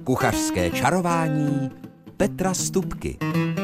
Kuchařské čarování Petra Stupky.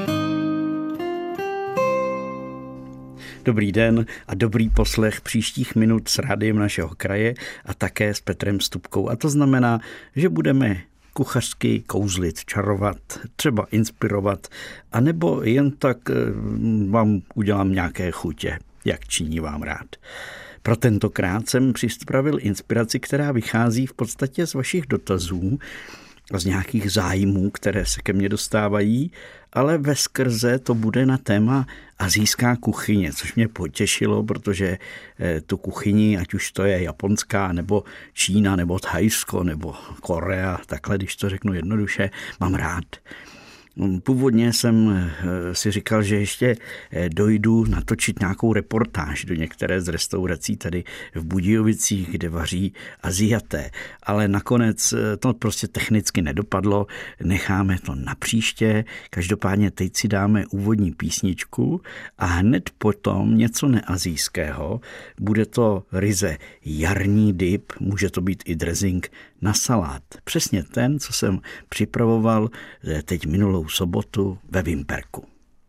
Dobrý den a dobrý poslech příštích minut s rádiem našeho kraje a také s Petrem Stupkou. A to znamená, že budeme kuchařsky kouzlit, čarovat, třeba inspirovat, anebo jen tak vám udělám nějaké chutě, jak činí vám rád. Pro tentokrát jsem připravil inspiraci, která vychází v podstatě z vašich dotazů a z nějakých zájmů, které se ke mně dostávají, ale veskrze to bude na téma asijská kuchyně, což mě potěšilo, protože tu kuchyni, ať už to je japonská, nebo Čína, nebo Thajsko, nebo Korea, takhle, když to řeknu jednoduše, mám rád. Původně jsem si říkal, že ještě dojdu natočit nějakou reportáž do některé z restaurací tady v Budějovicích, kde vaří Aziaté, ale nakonec to prostě technicky nedopadlo, necháme to na příště, každopádně teď si dáme úvodní písničku a hned potom něco neasijského, bude to ryze jarní dip, může to být i dressing na salát. Přesně ten, co jsem připravoval teď minulou sobotu ve Vimperku.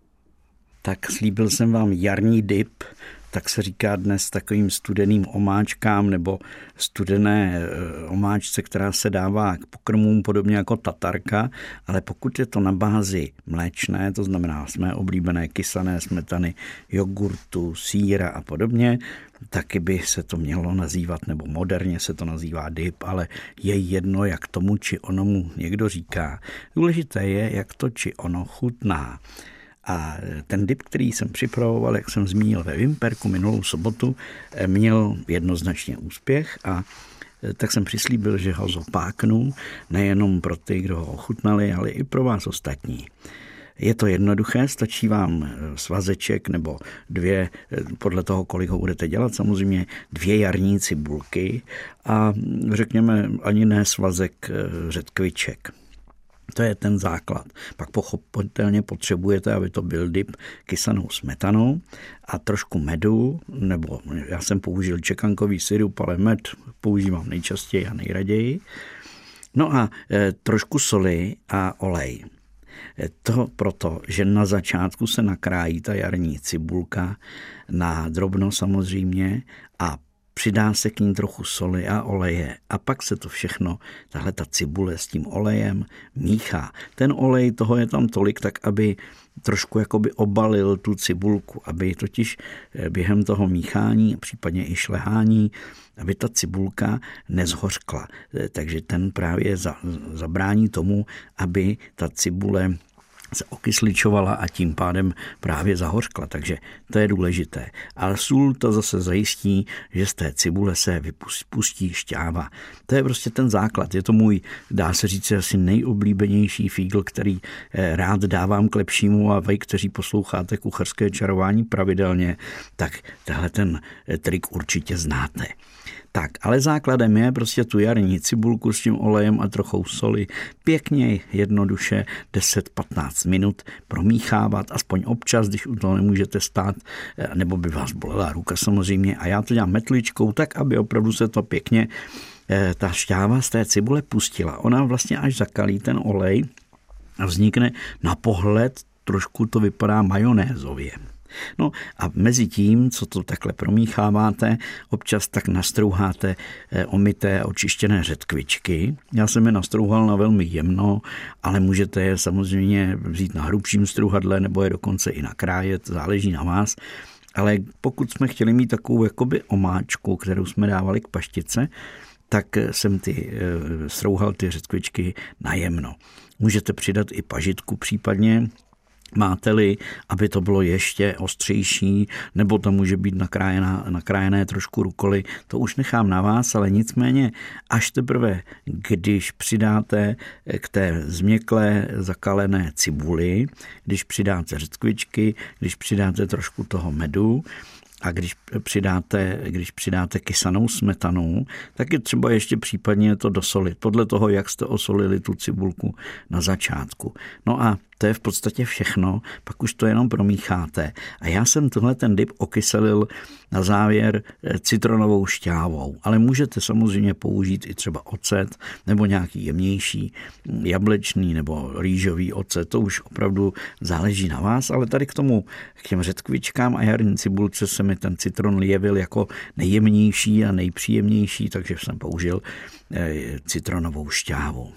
Tak slíbil jsem vám jarní dip, tak se říká dnes takovým studeným omáčkám nebo studené omáčce, která se dává k pokrmům podobně jako tatarka, ale pokud je to na bázi mléčné, to znamená jsme oblíbené kysané smetany, jogurtu, sýra a podobně, taky by se to mělo nazývat, nebo moderně se to nazývá dip, ale je jedno, jak tomu či onomu někdo říká. Důležité je, jak to či ono chutná. A ten dip, který jsem připravoval, jak jsem zmínil ve Vimperku minulou sobotu, měl jednoznačně úspěch a tak jsem přislíbil, že ho zopáknu, nejenom pro ty, kdo ho ochutnali, ale i pro vás ostatní. Je to jednoduché, stačí vám svazeček nebo dvě, podle toho, kolik ho budete dělat, samozřejmě 2 jarní cibulky a řekněme ani ne svazek řetkviček. To je ten základ. Pak pochopitelně potřebujete, aby to byl dip, kysanou smetanou a trošku medu, nebo já jsem použil čekankový syrup, ale med používám nejčastěji a nejraději. No a trošku soli a olej. To proto, že na začátku se nakrájí ta jarní cibulka na drobno samozřejmě a přidá se k ní trochu soli a oleje a pak se to všechno, tahle ta cibule s tím olejem míchá. Ten olej, toho je tam tolik, tak aby trošku jakoby obalil tu cibulku, aby totiž během toho míchání, případně i šlehání, aby ta cibulka nezhořkla. Takže ten právě zabrání tomu, aby ta cibule se okysličovala a tím pádem právě zahořkla, takže to je důležité. Ale sůl to zase zajistí, že z té cibule se vypustí šťáva. To je prostě ten základ. Je to můj, dá se říct, asi nejoblíbenější fígl, který rád dávám k lepšímu a vy, kteří posloucháte kuchařské čarování pravidelně, tak tahle ten trik určitě znáte. Tak, ale základem je prostě tu jarní cibulku s tím olejem a trochou soli pěkně, jednoduše 10-15 minut promíchávat, aspoň občas, když u toho nemůžete stát, nebo by vás bolela ruka samozřejmě. A já to dělám metličkou tak, aby opravdu se to pěkně ta šťáva z té cibule pustila. Ona vlastně až zakalí ten olej a vznikne na pohled, trošku to vypadá majonézově. No a mezi tím, co to takhle promícháváte, občas tak nastrouháte omyté a očištěné řetkvičky. Já jsem je nastrouhal na velmi jemno, ale můžete je samozřejmě vzít na hrubším strouhadle nebo je dokonce i nakrájet, záleží na vás. Ale pokud jsme chtěli mít takovou jakoby omáčku, kterou jsme dávali k paštice, tak jsem strouhal ty řetkvičky na jemno. Můžete přidat i pažitku případně, máte-li, aby to bylo ještě ostřejší, nebo to může být nakrájené trošku rukoly, to už nechám na vás, ale nicméně až teprve, když přidáte k té změklé zakalené cibuli, když přidáte řetkvičky, když přidáte trošku toho medu, a když přidáte kysanou smetanu, tak je třeba ještě případně to dosolit, podle toho, jak jste osolili tu cibulku na začátku. No a to je v podstatě všechno, pak už to jenom promícháte. A já jsem ten dip okyselil na závěr citronovou šťávou, ale můžete samozřejmě použít i třeba ocet nebo nějaký jemnější jablečný nebo rýžový ocet, to už opravdu záleží na vás, ale tady k těm řetkvičkám a jarní cibulce se mi ten citron jevil jako nejjemnější a nejpříjemnější, takže jsem použil citronovou šťávu.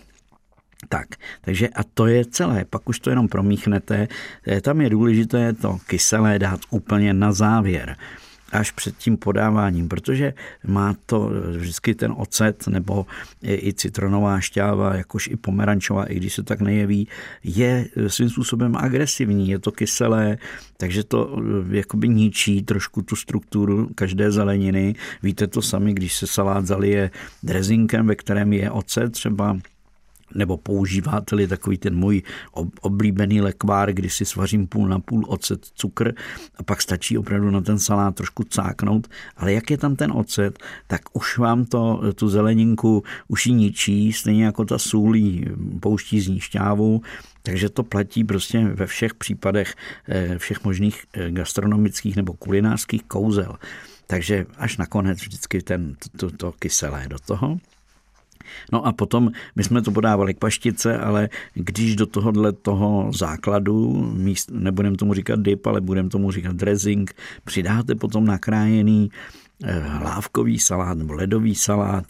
Takže a to je celé, pak už to jenom promíchnete. Tam je důležité to kyselé dát úplně na závěr, až před tím podáváním, protože má to vždycky ten ocet nebo i citronová šťáva, jakož i pomerančová, i když se tak nejeví, je svým způsobem agresivní, je to kyselé, takže to jakoby ničí trošku tu strukturu každé zeleniny. Víte to sami, když se salát zalije dresinkem, ve kterém je ocet třeba, nebo používáte-li takový ten můj oblíbený lekvár, kdy si svařím půl na půl ocet, cukr a pak stačí opravdu na ten salát trošku cáknout, ale jak je tam ten ocet, tak už vám tu zeleninku už ji ničí, stejně jako ta sůl pouští z ní šťávu, takže to platí prostě ve všech případech všech možných gastronomických nebo kulinářských kouzel. Takže až nakonec vždycky to kyselé do toho. No a potom my jsme to podávali k paštice, ale když do toho základu, nebudeme tomu říkat dip, ale budeme tomu říkat dressing, přidáte potom nakrájený hlávkový salát nebo ledový salát,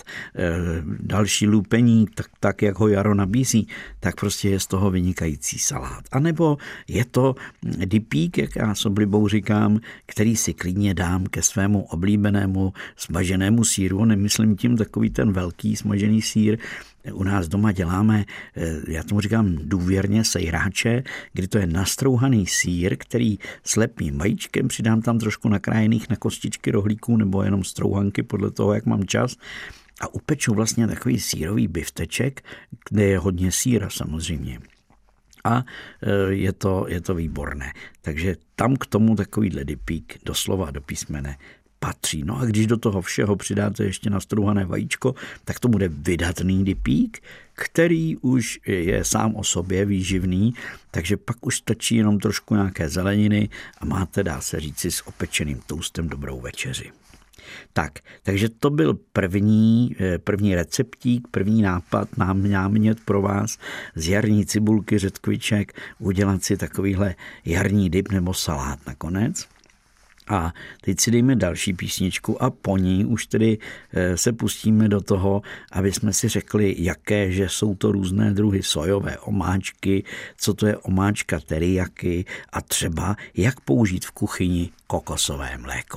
další lupení, tak jak ho jaro nabízí, tak prostě je z toho vynikající salát. A nebo je to dipík, jak já s oblibou říkám, který si klidně dám ke svému oblíbenému smaženému sýru. Nemyslím tím takový ten velký smažený sýr. U nás doma děláme, já tomu říkám důvěrně, sejráče, kdy to je nastrouhaný sýr, který slepým vajíčkem, přidám tam trošku nakrájených na kostičky rohlíků nebo jenom strouhanky podle toho, jak mám čas, a upeču vlastně takový sýrový bifteček, kde je hodně sýra samozřejmě. A je to výborné. Takže tam k tomu takovýhle dipík doslova do písmene patří. No a když do toho všeho přidáte ještě nastrouhané vajíčko, tak to bude vydatný dipík, který už je sám o sobě výživný, takže pak už stačí jenom trošku nějaké zeleniny a máte, dá se říci, s opečeným toustem dobrou večeři. Takže to byl první receptík, první námět pro vás z jarní cibulky, řetkviček, udělat si takovýhle jarní dip nebo salát nakonec. A teď si dejme další písničku a po ní už tedy se pustíme do toho, aby jsme si řekli, jaké, že jsou to různé druhy sojové omáčky, co to je omáčka teriyaki a třeba jak použít v kuchyni kokosové mléko.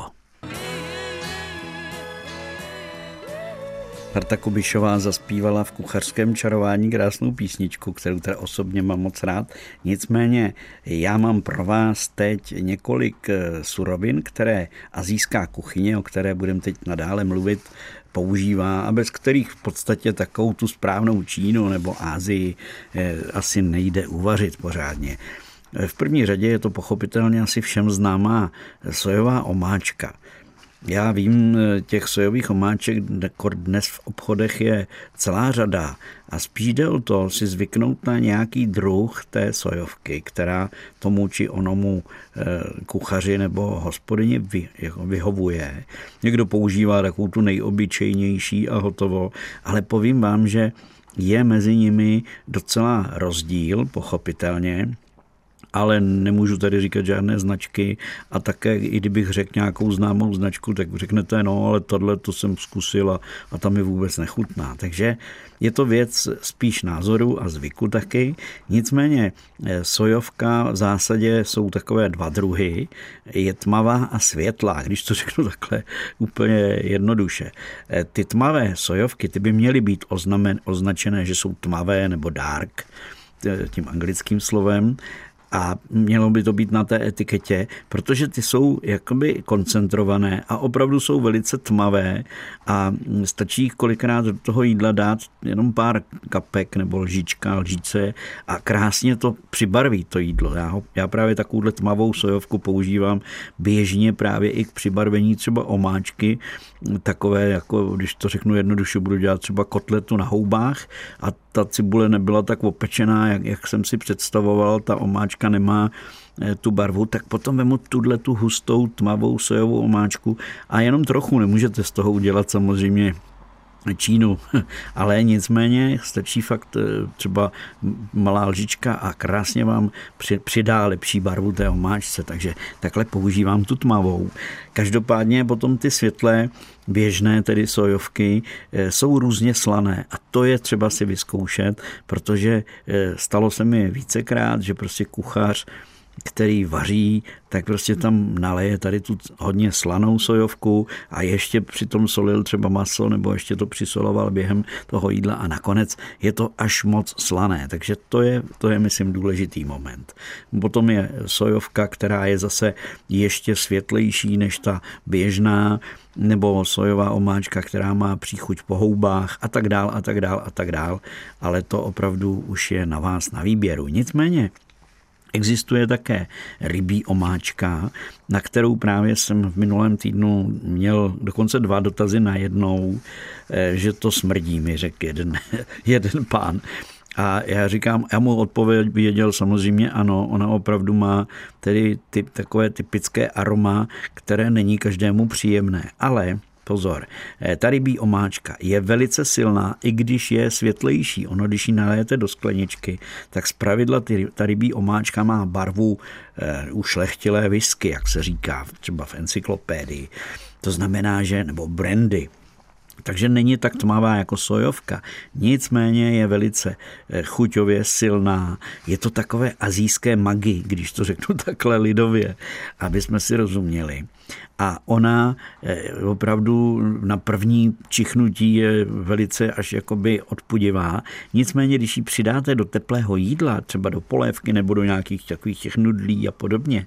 Marta Kubišová zaspívala v Kuchařském čarování krásnou písničku, kterou teda osobně mám moc rád. Nicméně já mám pro vás teď několik surovin, které asijská kuchyně, o které budeme teď nadále mluvit, používá a bez kterých v podstatě takovou tu správnou Čínu nebo Asii asi nejde uvařit pořádně. V první řadě je to pochopitelně asi všem známá sojová omáčka. Já vím, těch sojových omáček dnes v obchodech je celá řada a spíš jde o to si zvyknout na nějaký druh té sojovky, která tomu či onomu kuchaři nebo hospodyni vyhovuje. Někdo používá takovou tu nejobyčejnější a hotovo, ale povím vám, že je mezi nimi docela rozdíl, pochopitelně, ale nemůžu tady říkat žádné značky a také, i kdybych řekl nějakou známou značku, tak řeknete, no, ale tohle to jsem zkusil a tam mi vůbec nechutná. Takže je to věc spíš názoru a zvyku taky. Nicméně sojovka v zásadě jsou takové dva druhy. Je tmavá a světlá, když to řeknu takhle úplně jednoduše. Ty tmavé sojovky, ty by měly být označené, že jsou tmavé nebo dark, tím anglickým slovem. A mělo by to být na té etiketě, protože ty jsou jakoby koncentrované a opravdu jsou velice tmavé a stačí kolikrát do toho jídla dát jenom pár kapek nebo lžičce a krásně to přibarví to jídlo. Já právě takovouhle tmavou sojovku používám běžně právě i k přibarvení třeba omáčky, takové, jako když to řeknu jednoduše, budu dělat třeba kotletu na houbách a ta cibule nebyla tak opečená, jak jsem si představoval, ta omáčka nemá tu barvu, tak potom vemu tu hustou tmavou sojovou omáčku a jenom trochu, nemůžete z toho udělat samozřejmě čínu, ale nicméně stačí fakt třeba malá lžička a krásně vám přidá lepší barvu té omáčce, takže takhle používám tu tmavou. Každopádně potom ty světlé běžné, tedy sojovky, jsou různě slané a to je třeba si vyzkoušet, protože stalo se mi vícekrát, že prostě kuchař, který vaří, tak prostě tam naleje tady tu hodně slanou sojovku a ještě přitom solil třeba maso nebo ještě to přisoloval během toho jídla a nakonec je to až moc slané. Takže to je myslím důležitý moment. Potom je sojovka, která je zase ještě světlejší než ta běžná, nebo sojová omáčka, která má příchuť po houbách a tak dál, ale to opravdu už je na vás na výběru. Nicméně existuje také rybí omáčka, na kterou právě jsem v minulém týdnu měl dokonce 2 dotazy najednou, že to smrdí, mi řekl jeden pán. A já říkám, já mu odpověděl samozřejmě ano, ona opravdu má tedy takové typické aroma, které není každému příjemné, ale pozor, ta rybí omáčka je velice silná, i když je světlejší. Ono, když ji nalijete do skleničky, tak zpravidla ta rybí omáčka má barvu ušlechtilé whisky, jak se říká třeba v encyklopédii. To znamená, že, nebo brandy. Takže není tak tmavá jako sojovka. Nicméně je velice chuťově silná. Je to takové asijské magi, když to řeknu takhle lidově, aby jsme si rozuměli. A ona opravdu na první čichnutí je velice až jakoby odpudivá. Nicméně, když ji přidáte do teplého jídla, třeba do polévky nebo do nějakých takových těch nudlí a podobně,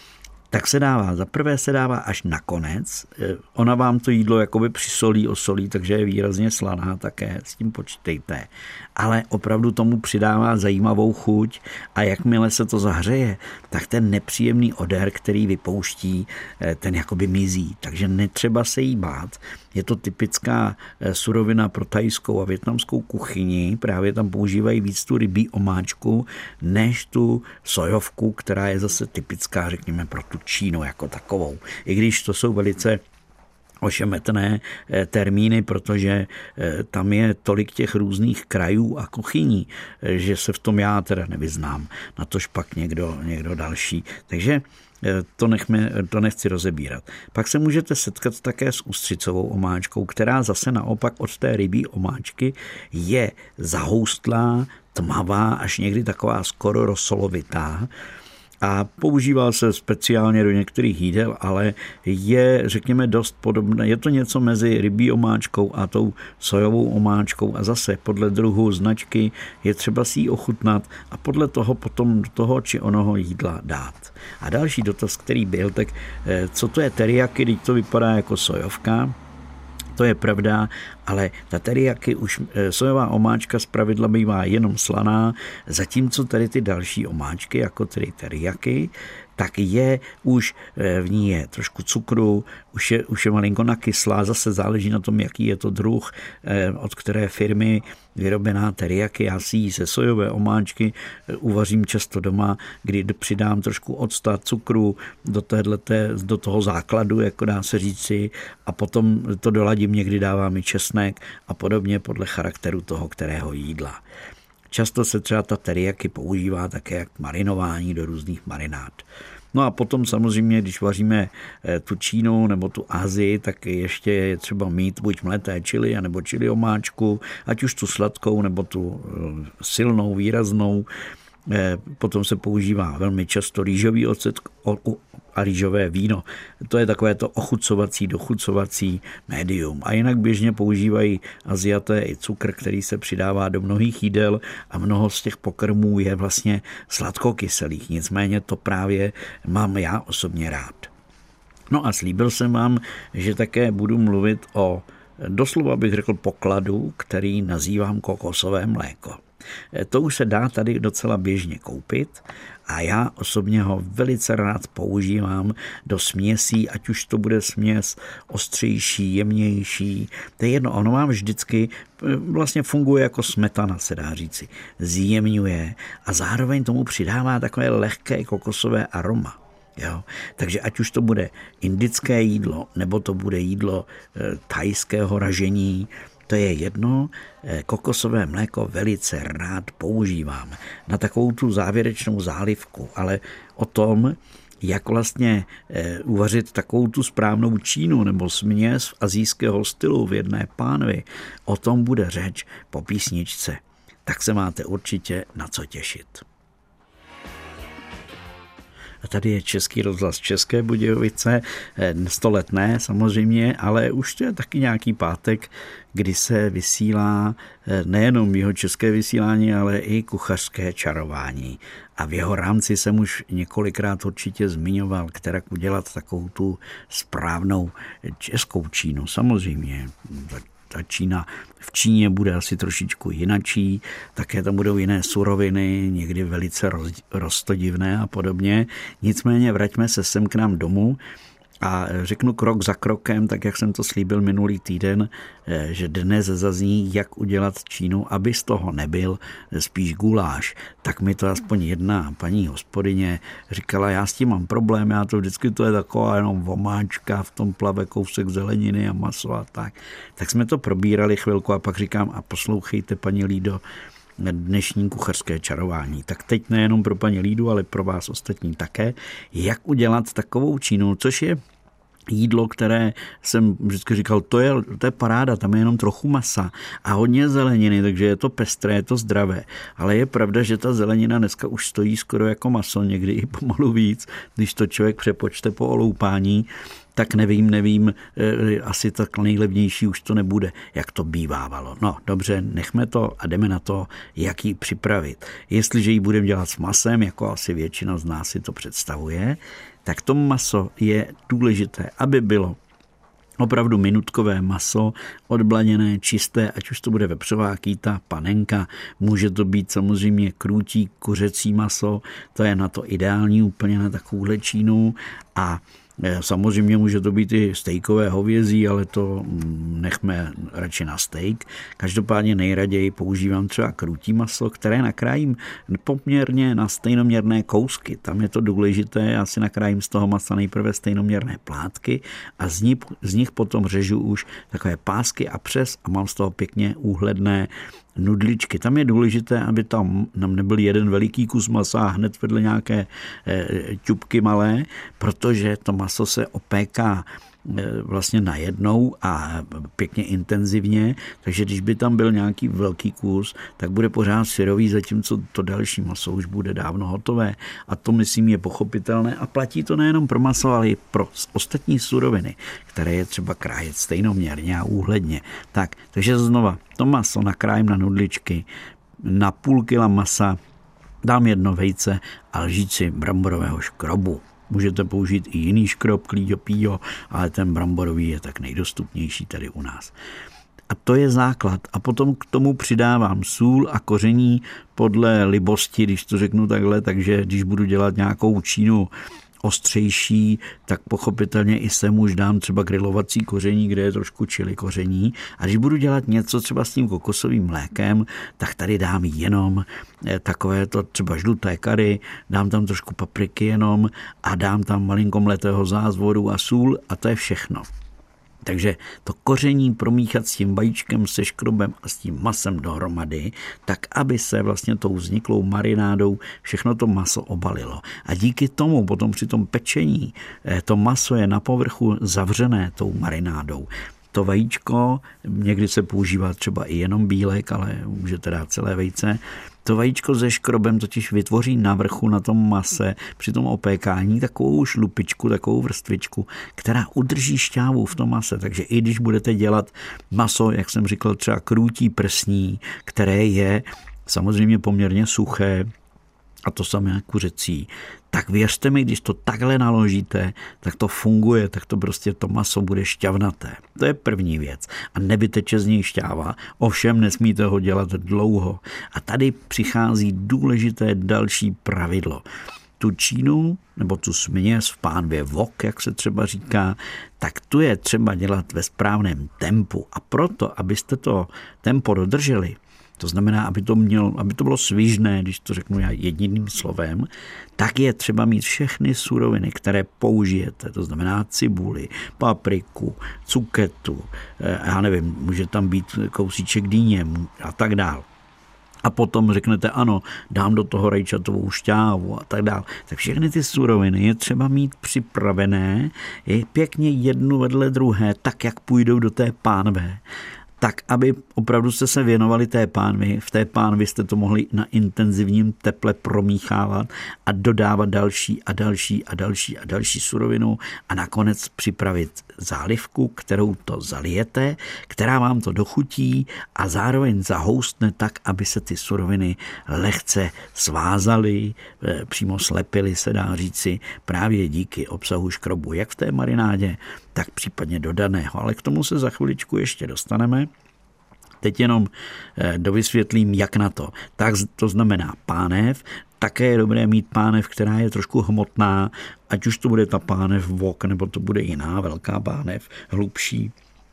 tak zaprvé se dává až nakonec. Ona vám to jídlo jakoby přisolí, osolí, takže je výrazně slaná také, s tím počítejte. Ale opravdu tomu přidává zajímavou chuť a jakmile se to zahřeje, tak ten nepříjemný odér, který vypouští, ten jakoby mizí. Takže netřeba se jí bát. Je to typická surovina pro thajskou a vietnamskou kuchyni. Právě tam používají víc tu rybí omáčku, než tu sojovku, která je zase typická, řekněme, pro tu Čínu jako takovou. I když to jsou velice ošemetné termíny, protože tam je tolik těch různých krajů a kuchyní, že se v tom já teda nevyznám. Na tož pak někdo další. Takže to nechci rozebírat. Pak se můžete setkat také s ústřicovou omáčkou, která zase naopak od té rybí omáčky je zahoustlá, tmavá, až někdy taková skoro rosolovitá. A používá se speciálně do některých jídel, ale je, řekněme, dost podobné. Je to něco mezi rybí omáčkou a tou sojovou omáčkou a zase podle druhu značky je třeba si ji ochutnat a podle toho potom do toho či onoho jídla dát. A další dotaz, který byl, tak co to je teriyaki, když to vypadá jako sojovka? To je pravda, ale ta teriyaki už sojová omáčka zpravidla bývá jenom slaná, zatímco tady ty další omáčky, jako tedy teriyaki, tak už v ní je trošku cukru, už je malinko nakyslá, zase záleží na tom, jaký je to druh, od které firmy vyrobená teriyaki. Já si ji ze sojové omáčky uvařím často doma, kdy přidám trošku octa, cukru do toho základu, jako dá se říci, a potom to doladím, někdy dávám i česnek a podobně podle charakteru toho, kterého jídla. Často se třeba ta teriyaki používá také k marinování do různých marinád. No a potom samozřejmě, když vaříme tu Čínu nebo tu Asii, tak ještě je třeba mít buď mleté chili, nebo chili omáčku, ať už tu sladkou, nebo tu silnou, výraznou. Potom se používá velmi často rýžový ocet a rýžové víno. To je takové to ochucovací, dochucovací médium. A jinak běžně používají Aziaté i cukr, který se přidává do mnohých jídel a mnoho z těch pokrmů je vlastně sladkokyselých. Nicméně to právě mám já osobně rád. No a slíbil jsem vám, že také budu mluvit o, doslova bych řekl, pokladu, který nazývám kokosové mléko. To už se dá tady docela běžně koupit a já osobně ho velice rád používám do směsí, ať už to bude směs ostřejší, jemnější. To je jedno, ono vám vždycky vlastně funguje jako smetana, se dá říci. Zjemňuje a zároveň tomu přidává takové lehké kokosové aroma. Jo? Takže ať už to bude indické jídlo, nebo to bude jídlo thajského ražení, to je jedno, kokosové mléko velice rád používám na takovou tu závěrečnou zálivku, ale o tom, jak vlastně uvařit takovou tu správnou čínu nebo směs asijského stylu v jedné pánvi, o tom bude řeč po písničce. Tak se máte určitě na co těšit. A tady je Český rozhlas České Budějovice, 100 let ne samozřejmě, ale už to je taky nějaký pátek, kdy se vysílá nejenom jeho české vysílání, ale i kuchařské čarování. A v jeho rámci jsem už několikrát určitě zmiňoval, kterak udělat takovou tu správnou českou čínu. Samozřejmě ta Čína v Číně bude asi trošičku jinačí, také tam budou jiné suroviny, někdy velice roztodivné a podobně. Nicméně vraťme se sem k nám domů a řeknu krok za krokem, tak jak jsem to slíbil minulý týden, že dnes zazní, jak udělat Čínu, aby z toho nebyl spíš guláš. Tak mi to aspoň jedna paní hospodyně říkala, já s tím mám problém, já to vždycky to je taková jenom vomáčka, v tom plave kousek zeleniny a maso a tak. Tak jsme to probírali chvilku a pak říkám, a poslouchejte, paní Lído, dnešní kuchařské čarování. Tak teď nejenom pro paní Lídu, ale pro vás ostatní také, jak udělat takovou čínu, což je jídlo, které jsem vždycky říkal, to je paráda, tam je jenom trochu masa a hodně zeleniny, takže je to pestré, je to zdravé. Ale je pravda, že ta zelenina dneska už stojí skoro jako maso, někdy i pomalu víc, když to člověk přepočte po oloupání, tak nevím, asi tak nejlevnější už to nebude, jak to bývávalo. No dobře, nechme to a jdeme na to, jak ji připravit. Jestliže ji budeme dělat s masem, jako asi většina z nás si to představuje, tak to maso je důležité, aby bylo opravdu minutkové maso, odblaněné, čisté, ať už to bude vepřová kýta, panenka, může to být samozřejmě krůtí kuřecí maso, to je na to ideální úplně na takovouhle čínu a samozřejmě může to být i stejkové hovězí, ale to nechme radši na steak. Každopádně nejraději používám třeba krůtí maso, které nakrájím poměrně na stejnoměrné kousky. Tam je to důležité, já si nakrájím z toho masa nejprve stejnoměrné plátky a z nich potom řežu už takové pásky a přes a mám z toho pěkně úhledné nudličky. Tam je důležité, aby tam nám nebyl jeden veliký kus masa a hned vedle nějaké ťupky malé, protože to maso se opéká vlastně najednou a pěkně intenzivně, takže když by tam byl nějaký velký kus, tak bude pořád syrový, zatímco to další maso už bude dávno hotové. A to, myslím, je pochopitelné a platí to nejenom pro maso, ale i pro ostatní suroviny, které je třeba krájet stejnoměrně a úhledně. Takže znova, to maso nakrájím na nudličky, na půl kila masa dám jedno vejce a lžíci bramborového škrobu. Můžete použít i jiný škrob, klíďo, píjo, ale ten bramborový je tak nejdostupnější tady u nás. A to je základ. A potom k tomu přidávám sůl a koření podle libosti, když to řeknu takhle, takže když budu dělat nějakou čínu ostřejší, tak pochopitelně i sem už dám třeba grilovací koření, kde je trošku chili koření. A když budu dělat něco třeba s tím kokosovým mlékem, tak tady dám jenom takové to třeba žluté kary, dám tam trošku papriky jenom a dám tam malinko mletého zázvoru a sůl a to je všechno. Takže to koření promíchat s tím vajíčkem, se škrobem a s tím masem dohromady, tak aby se vlastně tou vzniklou marinádou všechno to maso obalilo. A díky tomu potom při tom pečení to maso je na povrchu zavřené tou marinádou. To vajíčko, někdy se používá třeba i jenom bílek, ale můžete dát celé vejce, To vajíčko se škrobem totiž vytvoří na vrchu na tom mase při tom opékání takovou šlupičku, takovou vrstvičku, která udrží šťávu v tom mase. Takže i když budete dělat maso, jak jsem říkal, třeba krůtí prsní, které je samozřejmě poměrně suché, a to samé kuřecí, tak věřte mi, když to takhle naložíte, tak to funguje, tak to prostě to maso bude šťavnaté. To je první věc. A nevyteče z něj šťáva, ovšem nesmíte ho dělat dlouho. A tady přichází důležité další pravidlo. Tu čínu, nebo tu směs v pánvě wok, jak se třeba říká, tak tu je třeba dělat ve správném tempu. A proto, abyste to tempo dodrželi, to znamená, aby to bylo svižné, když to řeknu já jediným slovem, tak je třeba mít všechny suroviny, které použijete. To znamená cibuli, papriku, cuketu, já nevím, může tam být kousíček dýně a tak dál. A potom řeknete, ano, dám do toho rajčatovou šťávu a tak dál. Tak všechny ty suroviny je třeba mít připravené, je pěkně jednu vedle druhé, tak jak půjdou do té pánve. Tak, aby opravdu jste se věnovali té pánvi. V té pánvi jste to mohli na intenzivním teple promíchávat a dodávat další a další a další a další surovinu a nakonec připravit zálivku, kterou to zalijete, která vám to dochutí a zároveň zahoustne tak, aby se ty suroviny lehce svázaly, přímo slepily, se dá říci, právě díky obsahu škrobu, jak v té marinádě, tak případně dodaného. Ale k tomu se za chviličku ještě dostaneme. Teď jenom dovysvětlím, jak na to. Tak to znamená pánev. Také je dobré mít pánev, která je trošku hmotná, ať už to bude ta pánev wok, nebo to bude jiná velká pánev, hlubší.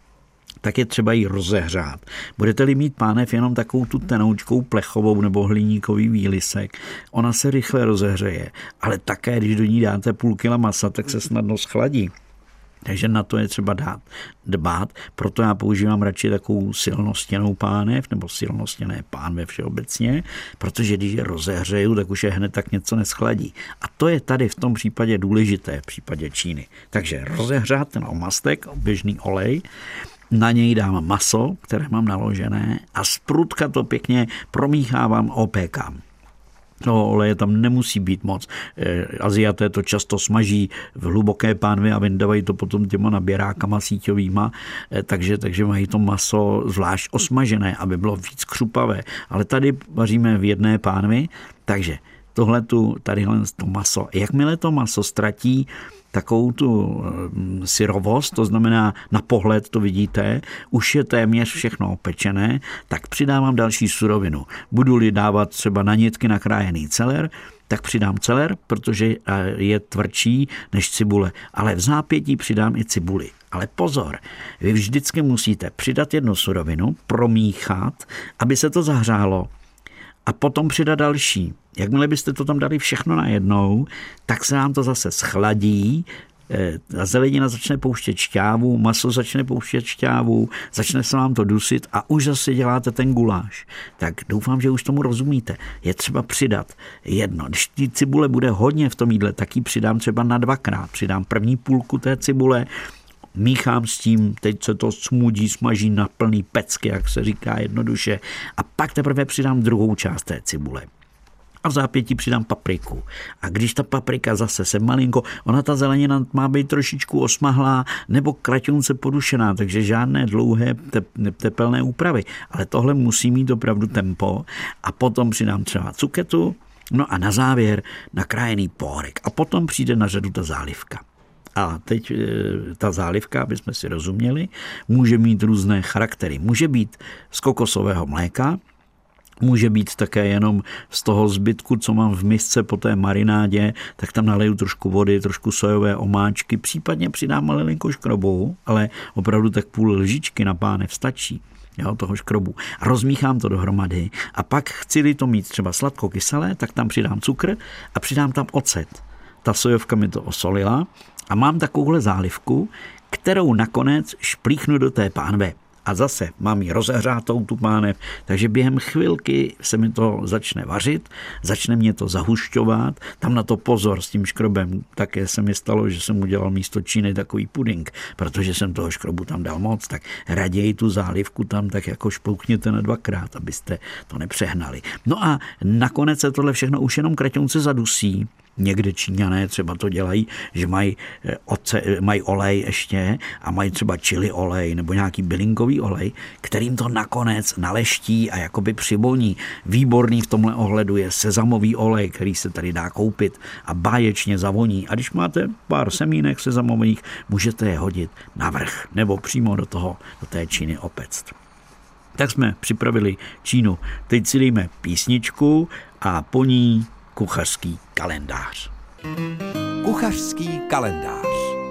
Tak je třeba ji rozehřát. Budete-li mít pánev jenom takovou tu tenoučkou plechovou nebo hliníkový výlisek, ona se rychle rozehřeje, ale také, když do ní dáte půl kila masa, tak se snadno schladí. Takže na to je třeba dbát, proto já používám radši takovou silnostěnou pánev nebo silnostěné pánve všeobecně, protože když je rozehřeju, tak už je hned tak něco neschladí. A to je tady v tom případě důležité, v případě Číny. Takže rozehřát ten omastek, běžný olej, na něj dám maso, které mám naložené a z prudka to pěkně promíchávám, opékám. Toho oleje tam nemusí být moc. Aziaté to často smaží v hluboké pánvi a vyndávají to potom těma naběrákama síťovýma, takže mají to maso zvlášť osmažené, aby bylo víc křupavé. Ale tady vaříme v jedné pánvi, takže tadyhle to maso. Jakmile to maso ztratí takovou tu syrovost, to znamená na pohled to vidíte, už je téměř všechno opečené, tak přidávám další surovinu. Budu-li dávat třeba na nitky nakrájený celer, tak přidám celer, protože je tvrdší než cibule. Ale v zápětí přidám i cibuli. Ale pozor, vy vždycky musíte přidat jednu surovinu, promíchat, aby se to zahřálo, a potom přidat další. Jakmile byste to tam dali všechno najednou, tak se vám to zase schladí, zelenina začne pouštět šťávu, maso začne pouštět šťávu, začne se vám to dusit a už zase děláte ten guláš. Tak doufám, že už tomu rozumíte. Je třeba přidat jedno. Když ty cibule bude hodně v tom jídle, tak ji přidám třeba na 2krát. Přidám první půlku té cibule, míchám s tím, teď se to smaží na plný pecky, jak se říká jednoduše, a pak teprve přidám druhou část té cibule. A v zápětí přidám papriku. A když ta paprika zase se malinko, ona ta zelenina má být trošičku osmahlá nebo kraťonce podušená, takže žádné dlouhé tepelné úpravy. Ale tohle musí mít opravdu tempo. A potom přidám třeba cuketu, no a na závěr nakrájený pohorek. A potom přijde na řadu ta zálivka. A teď ta zálivka, aby jsme si rozuměli, může mít různé charaktery. Může být z kokosového mléka, může být také jenom z toho zbytku, co mám v misce po té marinádě, tak tam naleju trošku vody, trošku sojové omáčky, případně přidám malinko škrobu, ale opravdu tak půl lžičky na pánev stačí. Toho škrobu. Rozmíchám to dohromady a pak chci-li to mít třeba sladko-kyselé, tak tam přidám cukr a přidám tam ocet. Ta sojovka mi to osolila a mám takovouhle zálivku, kterou nakonec šplíchnu do té pánve. a zase mám ji rozehřátou tu pánev, takže během chvilky se mi to začne vařit, začne mě to zahušťovat, tam na to pozor s tím škrobem, také se mi stalo, že jsem udělal místo číny takový puding, protože jsem toho škrobu tam dal moc, tak raději tu zálivku tam tak jako šploukněte na 2krát, abyste to nepřehnali. No a nakonec se tohle všechno už jenom kraťonce zadusí. Někde Číňané třeba to dělají, že mají olej ještě a mají třeba chili olej nebo nějaký bylinkový olej, kterým to nakonec naleští a jakoby přivoní. Výborný v tomhle ohledu je sezamový olej, který se tady dá koupit a báječně zavoní. A když máte pár semínek sezamových, můžete je hodit na vrch nebo přímo do té číny opect. Tak jsme připravili čínu. Teď si dejme písničku a po ní kuchařský kalendář. Kuchařský kalendář.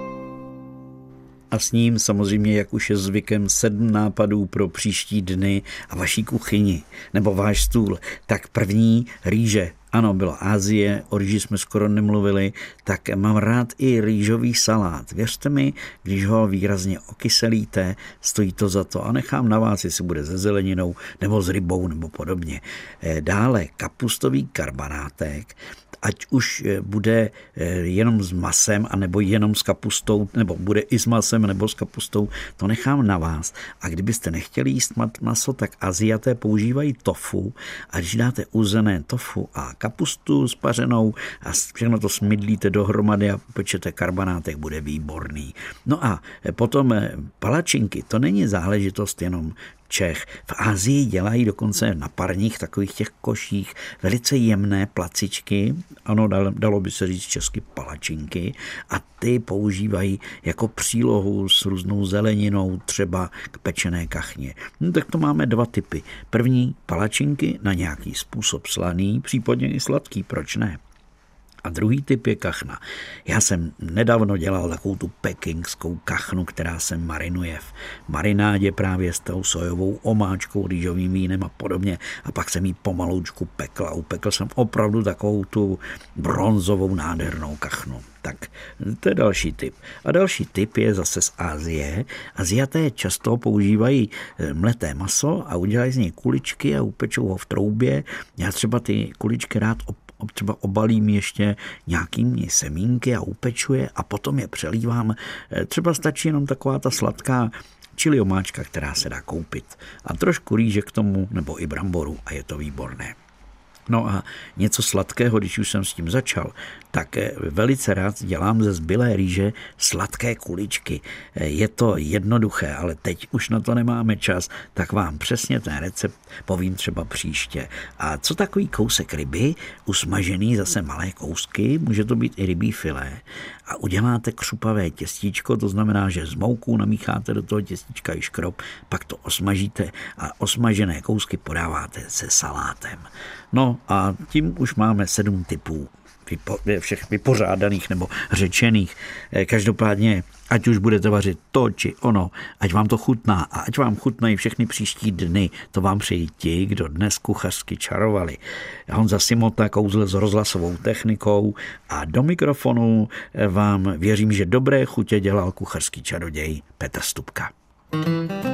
A s ním samozřejmě, jak už je zvykem, 7 nápadů pro příští dny a vaší kuchyni nebo váš stůl. Tak první rýže. Ano, byla Asie, o rýži jsme skoro nemluvili, tak mám rád i rýžový salát. Věřte mi, když ho výrazně okyselíte, stojí to za to a nechám na vás, jestli bude se zeleninou nebo s rybou nebo podobně. Dále kapustový karbanátek, ať už bude jenom s masem, anebo jenom s kapustou, nebo bude i s masem, nebo s kapustou, to nechám na vás. A kdybyste nechtěli jíst maso, tak Aziaté používají tofu a když dáte uzené tofu a kapustu spařenou a všechno to smidlíte dohromady a pečete karbanátek, bude výborný. No a potom palačinky, to není záležitost jenom Čech. V Asii dělají dokonce na parních takových těch koších velice jemné placičky, ano, dalo by se říct česky palačinky, a ty používají jako přílohu s různou zeleninou, třeba k pečené kachně. No, tak to máme 2 typy. První palačinky na nějaký způsob slaný, případně i sladký, proč ne? A druhý typ je kachna. Já jsem nedávno dělal takovou tu pekingskou kachnu, která se marinuje v marinádě právě s tou sojovou omáčkou, rýžovým vínem a podobně. A pak jsem ji pomaloučku pekl a upekl jsem opravdu takovou tu bronzovou nádhernou kachnu. Tak to je další typ. A další typ je zase z Asie. Aziaté často používají mleté maso a udělají z něj kuličky a upečou ho v troubě. Já třeba ty kuličky rád třeba obalím ještě nějakými semínky a upečuje a potom je přelívám. Třeba stačí jenom taková ta sladká chili omáčka, která se dá koupit. A trošku rýže k tomu, nebo i bramboru a je to výborné. No a něco sladkého, když už jsem s tím začal, tak velice rád dělám ze zbylé rýže sladké kuličky. Je to jednoduché, ale teď už na to nemáme čas, tak vám přesně ten recept povím třeba příště. A co takový kousek ryby, usmažený zase malé kousky, může to být i rybí filé, a uděláte křupavé těstíčko, to znamená, že z mouku namícháte do toho těstíčka i škrob, pak to osmažíte a osmažené kousky podáváte se salátem. No a tím už máme 7 typů všech vypořádaných nebo řečených. Každopádně, ať už budete vařit to či ono, ať vám to chutná a ať vám chutnají všechny příští dny, to vám přejí ti, kdo dnes kuchařsky čarovali. Honza Simota kouzl s rozhlasovou technikou a do mikrofonu vám věřím, že dobré chutě dělal kuchařský čaroděj Petr Stupka.